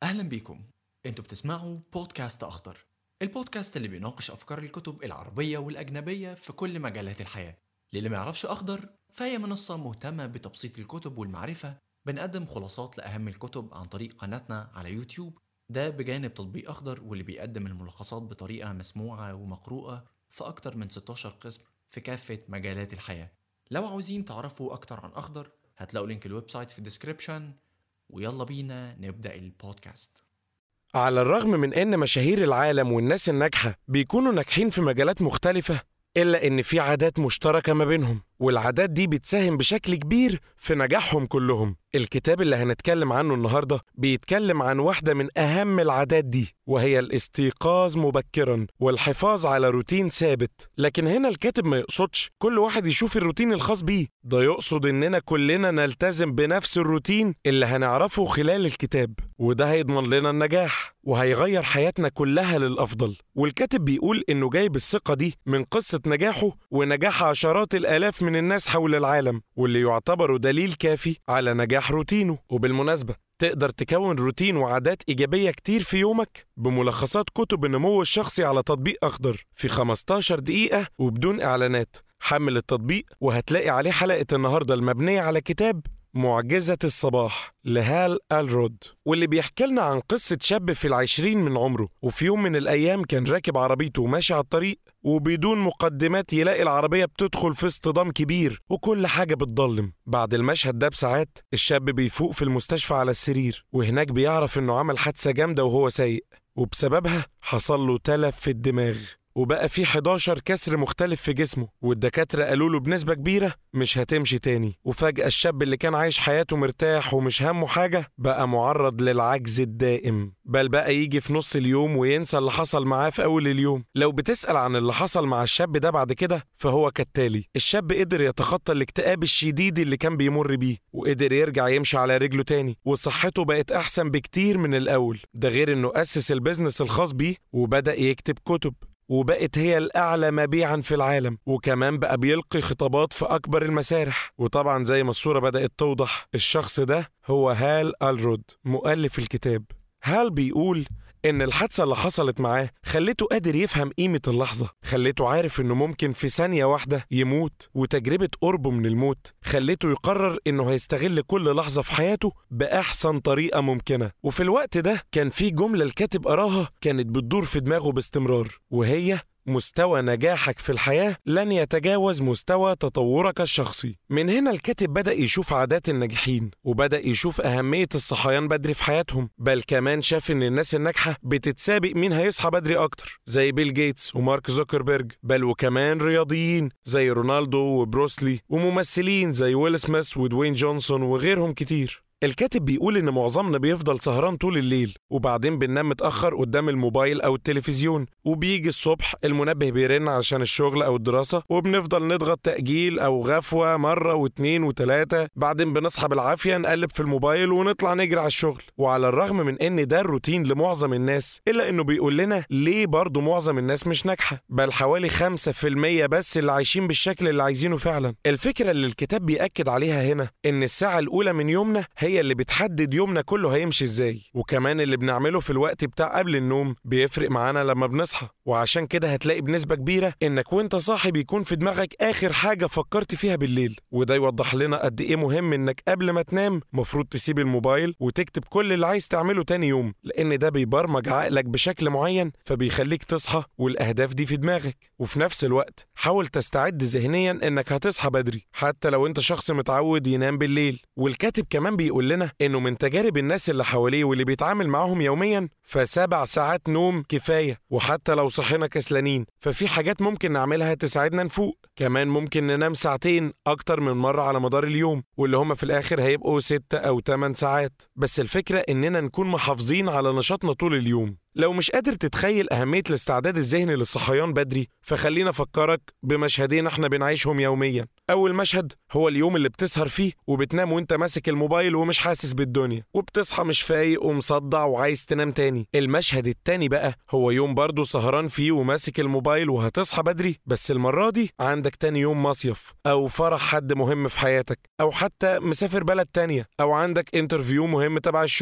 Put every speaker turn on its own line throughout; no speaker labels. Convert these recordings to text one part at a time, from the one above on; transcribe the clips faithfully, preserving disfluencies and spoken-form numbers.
أهلا بيكم. انتوا بتسمعوا بودكاست أخضر، البودكاست اللي بيناقش أفكار الكتب العربية والأجنبية في كل مجالات الحياة. للي ما يعرفش أخضر، فهي منصة مهتمة بتبسيط الكتب والمعرفة. بنقدم خلاصات لأهم الكتب عن طريق قناتنا على يوتيوب، ده بجانب تطبيق أخضر واللي بيقدم الملخصات بطريقة مسموعة ومقروءة في أكتر من ستاشر قسم في كافة مجالات الحياة. لو عاوزين تعرفوا أكتر عن أخضر، هتلاقوا لينك الويب سايت في الديسكريبشن. ويلا بينا نبدأ البودكاست.
على الرغم من إن مشاهير العالم والناس الناجحة بيكونوا ناجحين في مجالات مختلفة، إلا إن في عادات مشتركة ما بينهم، والعادات دي بتساهم بشكل كبير في نجاحهم كلهم. الكتاب اللي هنتكلم عنه النهاردة بيتكلم عن واحدة من أهم العادات دي، وهي الاستيقاظ مبكراً والحفاظ على روتين ثابت. لكن هنا الكاتب ما يقصدش كل واحد يشوف الروتين الخاص بيه، ده يقصد إننا كلنا نلتزم بنفس الروتين اللي هنعرفه خلال الكتاب، وده هيضمن لنا النجاح وهيغير حياتنا كلها للأفضل. والكاتب بيقول إنه جايب الثقة دي من قصة نجاحه ونجاح عشرات الآلاف من الناس حول العالم، واللي يعتبروا دليل كافي على نجاح روتينه. وبالمناسبة تقدر تكون روتين وعادات إيجابية كتير في يومك بملخصات كتب النمو الشخصي على تطبيق أخضر في خمستاشر دقيقة وبدون إعلانات. حمل التطبيق وهتلاقي عليه حلقة النهاردة المبنية على كتاب معجزة الصباح لهال ألرود، واللي بيحكي لنا عن قصة شاب في العشرين من عمره، وفي يوم من الأيام كان راكب عربيته وماشي على الطريق، وبدون مقدمات يلاقي العربية بتدخل في اصطدام كبير وكل حاجة بتضلم. بعد المشهد ده بساعات الشاب بيفوق في المستشفى على السرير، وهناك بيعرف إنه عمل حادثة جامدة وهو سايق، وبسببها حصل له تلف في الدماغ، وبقى فيه حداشر كسر مختلف في جسمه، والدكاترة قالوا له بنسبة كبيرة مش هتمشي تاني. وفجأة الشاب اللي كان عايش حياته مرتاح ومش همه حاجة بقى معرض للعجز الدائم، بل بقى يجي في نص اليوم وينسى اللي حصل معاه في أول اليوم. لو بتسأل عن اللي حصل مع الشاب ده بعد كده فهو كالتالي: الشاب قدر يتخطى الاكتئاب الشديد اللي كان بيمر بيه، وقدر يرجع يمشي على رجله تاني، وصحته بقت أحسن بكتير من الأول. ده غير إنه أسس البيزنس الخاص بيه وبدأ يكتب كتب، وبقت هي الأعلى مبيعاً في العالم، وكمان بقى بيلقي خطابات في أكبر المسارح. وطبعاً زي ما الصورة بدأت توضح، الشخص ده هو هال ألرود مؤلف الكتاب. هال بيقول إن الحادثة اللي حصلت معاه خلته قادر يفهم قيمة اللحظة، خلته عارف إنه ممكن في ثانية واحدة يموت، وتجربة قربه من الموت خلته يقرر إنه هيستغل كل لحظة في حياته بأحسن طريقة ممكنة. وفي الوقت ده كان في جملة الكاتب قراها كانت بتدور في دماغه باستمرار، وهي: مستوى نجاحك في الحياة لن يتجاوز مستوى تطورك الشخصي. من هنا الكاتب بدأ يشوف عادات الناجحين، وبدأ يشوف أهمية الصحيان بدري في حياتهم، بل كمان شاف إن الناس الناجحة بتتسابق مين هيصحى بدري أكتر، زي بيل جيتس ومارك زوكربيرج، بل وكمان رياضيين زي رونالدو وبروسلي، وممثلين زي ويل سميث ودوين جونسون وغيرهم كتير. الكاتب بيقول إن معظمنا بيفضل سهران طول الليل، وبعدين بننام متأخر قدام الموبايل أو التلفزيون، وبيجي الصبح المنبه بيرن عشان الشغل أو الدراسة، وبنفضل نضغط تأجيل أو غفوة مرة واتنين وتلاتة، بعدين بنصحى بالعافية نقلب في الموبايل ونطلع نجري على الشغل. وعلى الرغم من إن ده الروتين لمعظم الناس، إلا إنه بيقول لنا ليه برضو معظم الناس مش ناجحة، بل حوالي خمسة في المية بس اللي عايشين بالشكل اللي عايزينه فعلا. الفكرة اللي الكتاب بيأكد عليها هنا إن الساعة الأولى من يومنا هي اللي بتحدد يومنا كله هيمشي ازاي، وكمان اللي بنعمله في الوقت بتاع قبل النوم بيفرق معانا لما بنصحى. وعشان كده هتلاقي بنسبة كبيرة انك وانت صاحي بيكون في دماغك اخر حاجة فكرت فيها بالليل، وده يوضح لنا قد ايه مهم انك قبل ما تنام مفروض تسيب الموبايل وتكتب كل اللي عايز تعمله تاني يوم، لان ده بيبرمج عقلك بشكل معين فبيخليك تصحى والاهداف دي في دماغك. وفي نفس الوقت حاول تستعد ذهنيا انك هتصحى بدري حتى لو انت شخص متعود ينام بالليل. والكاتب كمان بيقول لنا إنه من تجارب الناس اللي حواليه واللي بيتعامل معاهم يوميا فسبع ساعات نوم كفاية، وحتى لو صحينا كسلانين ففي حاجات ممكن نعملها تساعدنا نفوق. كمان ممكن ننام ساعتين أكتر من مرة على مدار اليوم، واللي هم في الآخر هيبقوا ستة أو تمن ساعات. بس الفكرة إننا نكون محافظين على نشاطنا طول اليوم. لو مش قادر تتخيل أهمية الاستعداد الذهني للصحيان بدري، فخلينا أفكرك بمشهدين احنا بنعيشهم يوميا. أول مشهد هو اليوم اللي بتسهر فيه وبتنام وانت ماسك الموبايل ومش حاسس بالدنيا، وبتصحى مش فايق ومصدع وعايز تنام تاني. المشهد التاني بقى هو يوم برضو سهران فيه وماسك الموبايل وهتصحى بدري، بس المرة دي عندك تاني يوم مصيف أو فرح حد مهم في حياتك، أو حتى مسافر بلد تانية، أو عندك انترفيو مهم تبع الشغل.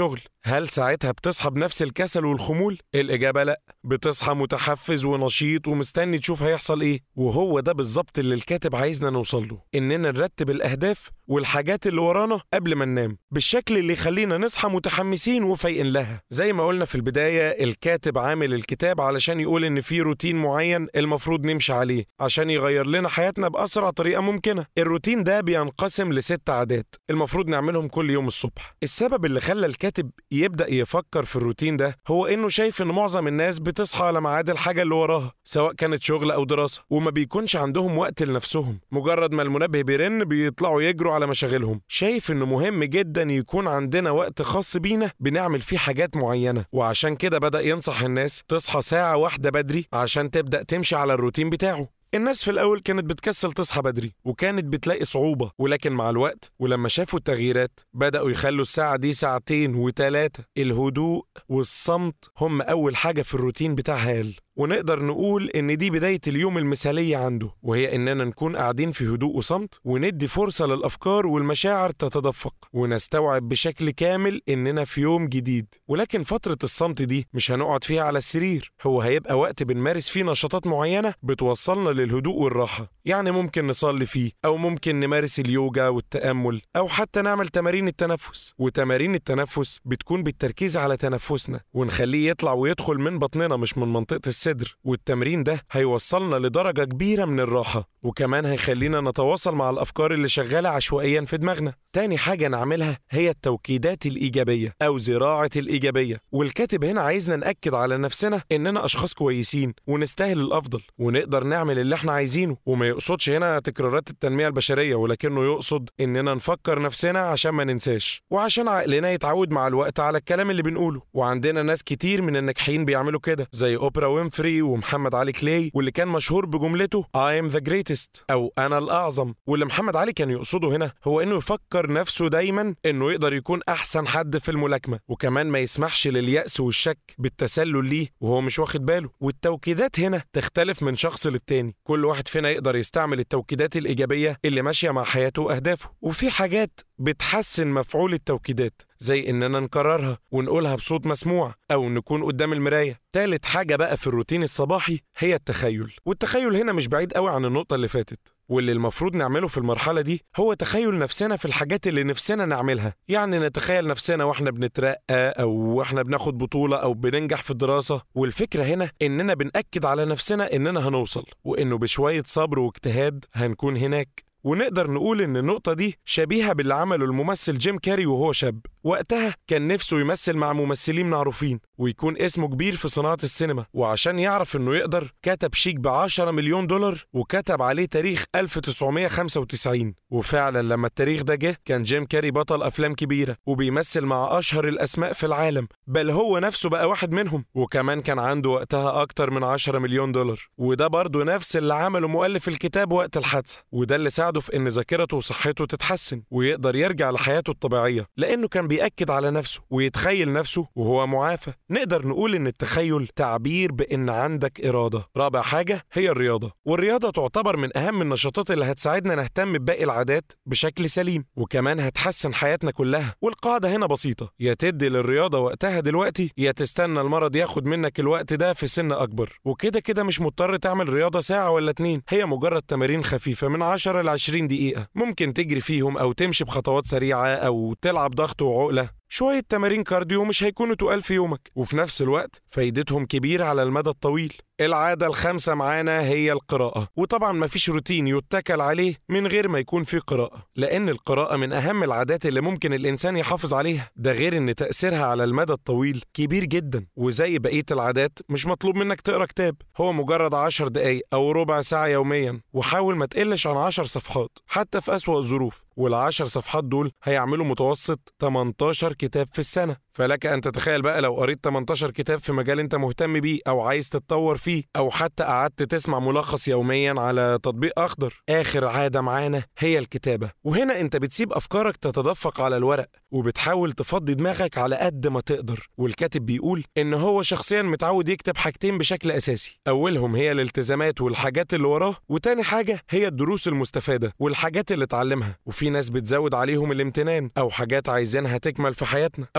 هل ساعتها بتصحى بنفس الكسل والخمول؟ الإجابة لأ، بتصحى متحفز ونشيط ومستني تشوف هيحصل إيه. وهو ده بالظبط اللي الكاتب عايزنا نوصل له، إننا نرتب الأهداف والحاجات اللي ورانا قبل ما ننام بالشكل اللي يخلينا نصحى متحمسين وفايقين لها. زي ما قلنا في البداية، الكاتب عامل الكتاب علشان يقول إن في روتين معين المفروض نمشي عليه عشان يغير لنا حياتنا بأسرع طريقة ممكنة. الروتين ده بينقسم لست عادات المفروض نعملهم كل يوم الصبح. السبب اللي خلى الكاتب يبدأ يفكر في الروتين ده هو إنه شايف إن معظم الناس بتصحى على ميعاد الحاجة اللي وراها، سواء كانت شغل أو دراسة، وما بيكونش عندهم وقت لنفسهم. مجرد ما المنبه بيرن بيطلعوا يجروا على مشاغلهم. شايف إنه مهم جدا يكون عندنا وقت خاص بينا بنعمل فيه حاجات معينة، وعشان كده بدأ ينصح الناس تصحى ساعة واحدة بدري عشان تبدأ تمشي على الروتين بتاعه. الناس في الأول كانت بتكسل تصحى بدري وكانت بتلاقي صعوبة، ولكن مع الوقت ولما شافوا التغييرات بدأوا يخلوا الساعة دي ساعتين وتلاتة. الهدوء والصمت هم أول حاجة في الروتين بتاع هال، ونقدر نقول إن دي بداية اليوم المثالية عنده، وهي إننا نكون قاعدين في هدوء وصمت وندي فرصة للأفكار والمشاعر تتدفق ونستوعب بشكل كامل إننا في يوم جديد. ولكن فترة الصمت دي مش هنقعد فيها على السرير، هو هيبقى وقت بنمارس فيه نشاطات معينة بتوصلنا للهدوء والراحة. يعني ممكن نصلي فيه، أو ممكن نمارس اليوجا والتأمل، أو حتى نعمل تمارين التنفس. وتمارين التنفس بتكون بالتركيز على تنفسنا ونخليه يطلع ويدخل من بطننا مش من منطقة الصدر، والتمرين ده هيوصلنا لدرجة كبيرة من الراحة، وكمان هيخلينا نتواصل مع الأفكار اللي شغالة عشوائيا في دماغنا. تاني حاجة نعملها هي التوكيدات الإيجابية أو زراعة الإيجابية. والكاتب هنا عايزنا نأكد على نفسنا إننا أشخاص كويسين ونستاهل الأفضل ونقدر نعمل اللي احنا عايزينه. وما يقصدش هنا تكرارات التنمية البشرية، ولكنه يقصد إننا نفكر نفسنا عشان ما ننساش، وعشان عقلنا يتعود مع الوقت على الكلام اللي بنقوله. وعندنا ناس كتير من الناجحين بيعملوا كده، زي أوبرا وينفري ومحمد علي كلاي، واللي كان مشهور بجملته I am the greatest أو أنا الأعظم. واللي محمد علي كان يقصده هنا هو إنه يفكر نفسه دايما إنه يقدر يكون أحسن حد في الملاكمة، وكمان ما يسمحش لليأس والشك بالتسلل ليه وهو مش واخد باله. والتوكيدات هنا تختلف من شخص للتاني، كل واحد فينا يقدر يستعمل التوكيدات الإيجابية اللي ماشية مع حياته وأهدافه. وفي حاجات بتحسن مفعول التوكيدات، زي إننا نكررها ونقولها بصوت مسموع أو نكون قدام المراية. تالت حاجة بقى في الروتين الصباحي هي التخيل. والتخيل هنا مش بعيد قوي عن النقطة اللي فاتت، واللي المفروض نعمله في المرحلة دي هو تخيل نفسنا في الحاجات اللي نفسنا نعملها. يعني نتخيل نفسنا واحنا بنترقى أو واحنا بناخد بطولة أو بننجح في الدراسة. والفكرة هنا إننا بنأكد على نفسنا إننا هنوصل، وإنه بشوية صبر واجتهاد هنكون هناك. ونقدر نقول إن النقطة دي شبيهة باللي عمله الممثل جيم كاري وهو شاب. وقتها كان نفسه يمثل مع ممثلين معروفين ويكون اسمه كبير في صناعة السينما، وعشان يعرف إنه يقدر كتب شيك بعشرة مليون دولار وكتب عليه تاريخ ألف وتسعمية خمسة وتسعين. وفعلا لما التاريخ ده جه كان جيم كاري بطل أفلام كبيرة وبيمثل مع أشهر الأسماء في العالم، بل هو نفسه بقى واحد منهم. وكمان كان عنده وقتها أكتر من عشرة مليون دولار، وده برضه نفس اللي عمله مؤلف الكتاب وقت الحادثة، وده اللي ساعده في إن ذاكرته وصحته تتحسن ويقدر يرجع لحياته الطبيعية، لأنه كان بيأكد على نفسه ويتخيل نفسه وهو معافى. نقدر نقول إن التخيل تعبير بإن عندك إرادة. رابع حاجة هي الرياضة، والرياضة تعتبر من أهم النشاطات اللي هتساعدنا نهتم بباقي العادات بشكل سليم، وكمان هتحسن حياتنا كلها. والقاعدة هنا بسيطة، يا تدي للرياضة وقتها دلوقتي يا تستنى المرض ياخد منك الوقت ده في سن أكبر. وكده كده مش مضطر تعمل رياضة ساعة ولا اتنين، هي مجرد تمارين خفيفة من عشرة لعشرين دقيقة ممكن تجري فيهم أو تمشي بخطوات سريعة أو تلعب ضغط وعقلة. شوية تمارين كارديو مش هيكونوا تقال في يومك، وفي نفس الوقت فايدتهم كبيرة على المدى الطويل. العادة الخامسة معانا هي القراءة، وطبعا مفيش روتين يتكل عليه من غير ما يكون فيه قراءة، لأن القراءة من أهم العادات اللي ممكن الإنسان يحافظ عليها. ده غير إن تأثيرها على المدى الطويل كبير جدا. وزي بقية العادات مش مطلوب منك تقرأ كتاب، هو مجرد عشر دقايق أو ربع ساعة يوميا، وحاول ما تقلش عن عشر صفحات حتى في أسوأ الظروف. والعشر صفحات دول هيعملوا متوسط تمنتاشر كتاب في السنة. فلك أن تتخيل بقى لو قريت تمنتاشر كتاب في مجال أنت مهتم بيه أو عايز تتطور فيه، أو حتى قعدت تسمع ملخص يوميا على تطبيق أخضر. آخر عادة معانا هي الكتابة، وهنا أنت بتسيب أفكارك تتدفق على الورق وبتحاول تفضي دماغك على قد ما تقدر. والكاتب بيقول إن هو شخصيا متعود يكتب حاجتين بشكل أساسي، أولهم هي الالتزامات والحاجات اللي وراه، وتاني حاجة هي الدروس المستفادة والحاجات اللي اتعلمها. وفي ناس بتزود عليهم الامتنان أو حاجات عايزينها تكمل في حياتنا، أو حاجات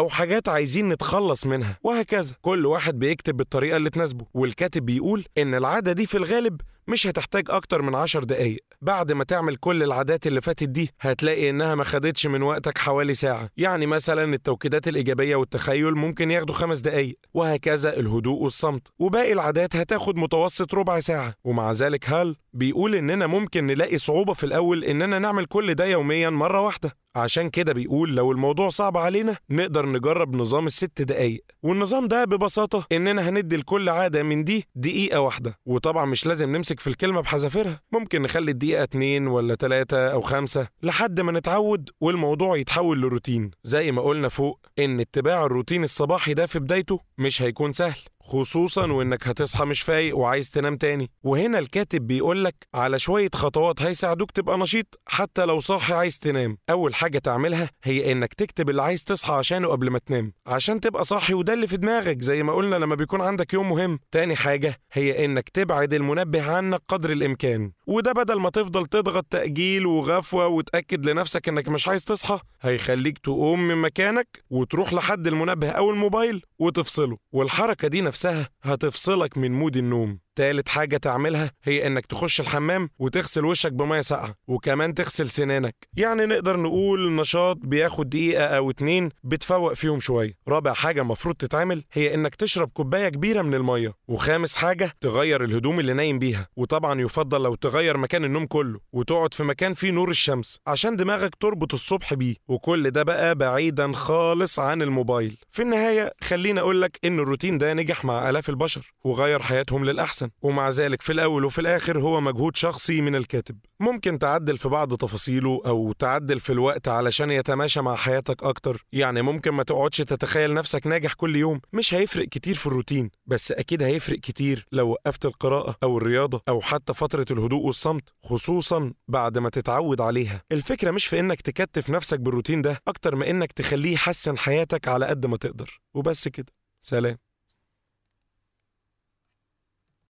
وعادات عايزين نتخلص منها، وهكذا. كل واحد بيكتب بالطريقة اللي تناسبه، والكاتب بيقول إن العادة دي في الغالب مش هتحتاج أكتر من عشر دقايق. بعد ما تعمل كل العادات اللي فاتت دي هتلاقي إنها ما خدتش من وقتك حوالي ساعة. يعني مثلا التوكيدات الإيجابية والتخيل ممكن ياخدوا خمس دقايق، وهكذا الهدوء والصمت، وباقي العادات هتاخد متوسط ربع ساعة. ومع ذلك هال بيقول إننا ممكن نلاقي صعوبة في الأول إننا نعمل كل ده يوميا مرة واحدة. عشان كده بيقول لو الموضوع صعب علينا نقدر نجرب نظام الست دقايق، والنظام ده ببساطة إننا هندي لكل عادة من دي دقيقة واحدة. وطبعا مش لازم نمسك في الكلمة بحذافيرها، ممكن نخلي الدقيقة اتنين ولا تلاتة أو خمسة لحد ما نتعود والموضوع يتحول لروتين. زي ما قلنا فوق إن اتباع الروتين الصباحي ده في بدايته مش هيكون سهل، خصوصا وإنك هتصحى مش فايق وعايز تنام تاني. وهنا الكاتب بيقولك على شوية خطوات هيساعدوك تبقى نشيط حتى لو صاحي عايز تنام. أول حاجة تعملها هي إنك تكتب اللي عايز تصحى عشانه قبل ما تنام، عشان تبقى صاحي وده اللي في دماغك زي ما قلنا لما بيكون عندك يوم مهم. تاني حاجة هي إنك تبعد المنبه عنك قدر الإمكان، وده بدل ما تفضل تضغط تأجيل وغفوة وتأكد لنفسك إنك مش عايز تصحى، هيخليك تقوم من مكانك وتروح لحد المنبه أو الموبايل وتفصله، والحركة دي نفسها هتفصلك من مود النوم. تالت حاجة تعملها هي إنك تخش الحمام وتغسل وشك بمية ساقعة، وكمان تغسل سنانك. يعني نقدر نقول نشاط بياخد دقيقة أو اتنين بتفوق فيهم شوية. رابع حاجة مفروض تتعمل هي إنك تشرب كوباية كبيرة من المية. وخامس حاجة تغير الهدوم اللي نايم بيها، وطبعا يفضل لو تغير مكان النوم كله وتقعد في مكان فيه نور الشمس عشان دماغك تربط الصبح بيه، وكل ده بقى بعيدا خالص عن الموبايل. في النهاية خلينا أقولك إن الروتين ده نجح مع آلاف البشر وغير حياتهم للأحسن، ومع ذلك في الأول وفي الآخر هو مجهود شخصي من الكاتب. ممكن تعدل في بعض تفاصيله أو تعدل في الوقت علشان يتماشى مع حياتك أكتر. يعني ممكن ما تقعدش تتخيل نفسك ناجح كل يوم، مش هيفرق كتير في الروتين، بس أكيد هيفرق كتير لو وقفت القراءة أو الرياضة أو حتى فترة الهدوء والصمت، خصوصا بعد ما تتعود عليها. الفكرة مش في إنك تكتف نفسك بالروتين ده أكتر ما إنك تخليه يحسن حياتك على قد ما تقدر. وبس كده، سلام.